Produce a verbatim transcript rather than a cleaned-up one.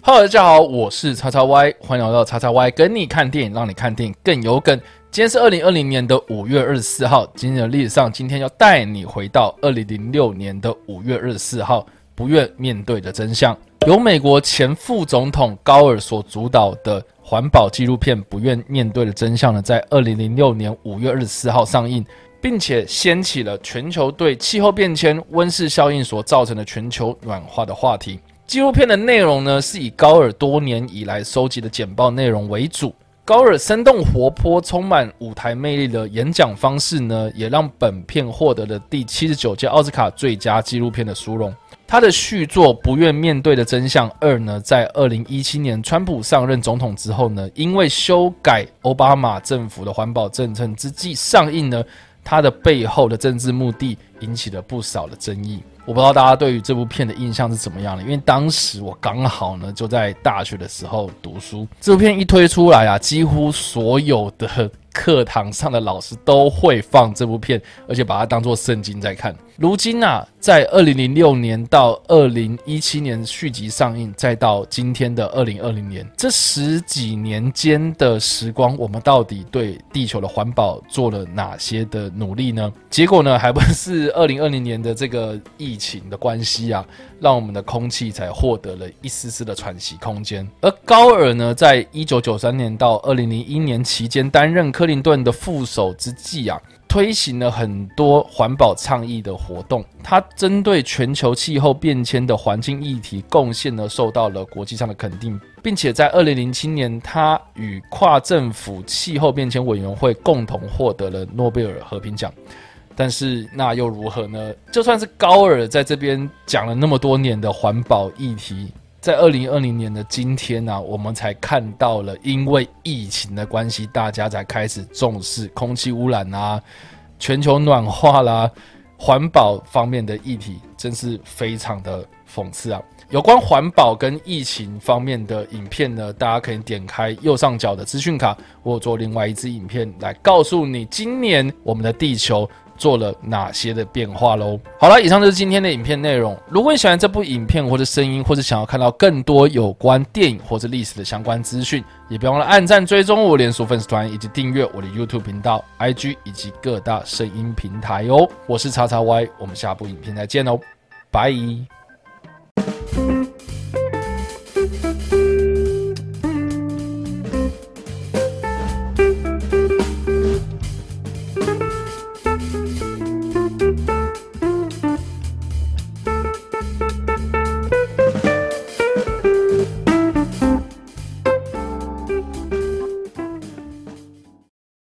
Hello， 大家好，我是叉叉 Y， 欢迎来到叉叉 Y， 跟你看电影，让你看电影更有梗。今天是二零二零年的五月二十四号，今天的历史上，今天要带你回到二零零六年的五月二十四号，不愿面对的真相。由美国前副总统高尔所主导的环保纪录片《不愿面对的真相》呢，在二零零六年五月二十四号上映，并且掀起了全球对气候变迁、温室效应所造成的全球暖化的话题。纪录片的内容呢，是以高尔多年以来收集的简报内容为主。高尔生动活泼、充满舞台魅力的演讲方式呢，也让本片获得了第七十九届奥斯卡最佳纪录片的殊荣。他的续作《不愿面对的真相二》呢，在二零一七年川普上任总统之后呢，因为修改奥巴马政府的环保政策之际上映呢，他的背后的政治目的引起了不少的争议。我不知道大家对于这部片的印象是怎么样的，因为当时我刚好呢就在大学的时候读书，这部片一推出来啊，几乎所有的课堂上的老师都会放这部片，而且把它当作圣经在看。如今啊，在二零零六年到二零一七年续集上映，再到今天的二零二零年，这十几年间的时光，我们到底对地球的环保做了哪些的努力呢？结果呢，还不是二零二零年的这个疫情的关系啊，让我们的空气才获得了一丝丝的喘息空间。而高尔呢，在一九九三年到二零零一年期间担任克林顿的副手之际啊，推行了很多环保倡议的活动。他针对全球气候变迁的环境议题贡献呢，受到了国际上的肯定，并且在二零零七年，他与跨政府气候变迁委员会共同获得了诺贝尔和平奖。但是那又如何呢？就算是高尔在这边讲了那么多年的环保议题，在二零二零年的今天啊，我们才看到了因为疫情的关系，大家才开始重视空气污染啊、全球暖化啦、环保方面的议题，真是非常的讽刺啊。有关环保跟疫情方面的影片呢，大家可以点开右上角的资讯卡，我有做另外一支影片来告诉你今年我们的地球做了哪些的变化咯。好了，以上就是今天的影片内容。如果你喜欢这部影片或者声音，或者想要看到更多有关电影或者历史的相关资讯，也别忘了按赞追踪我脸书粉丝团，以及订阅我的 YouTube 频道、I G 以及各大声音平台哦。我是叉叉 Y， 我们下部影片再见哦，拜。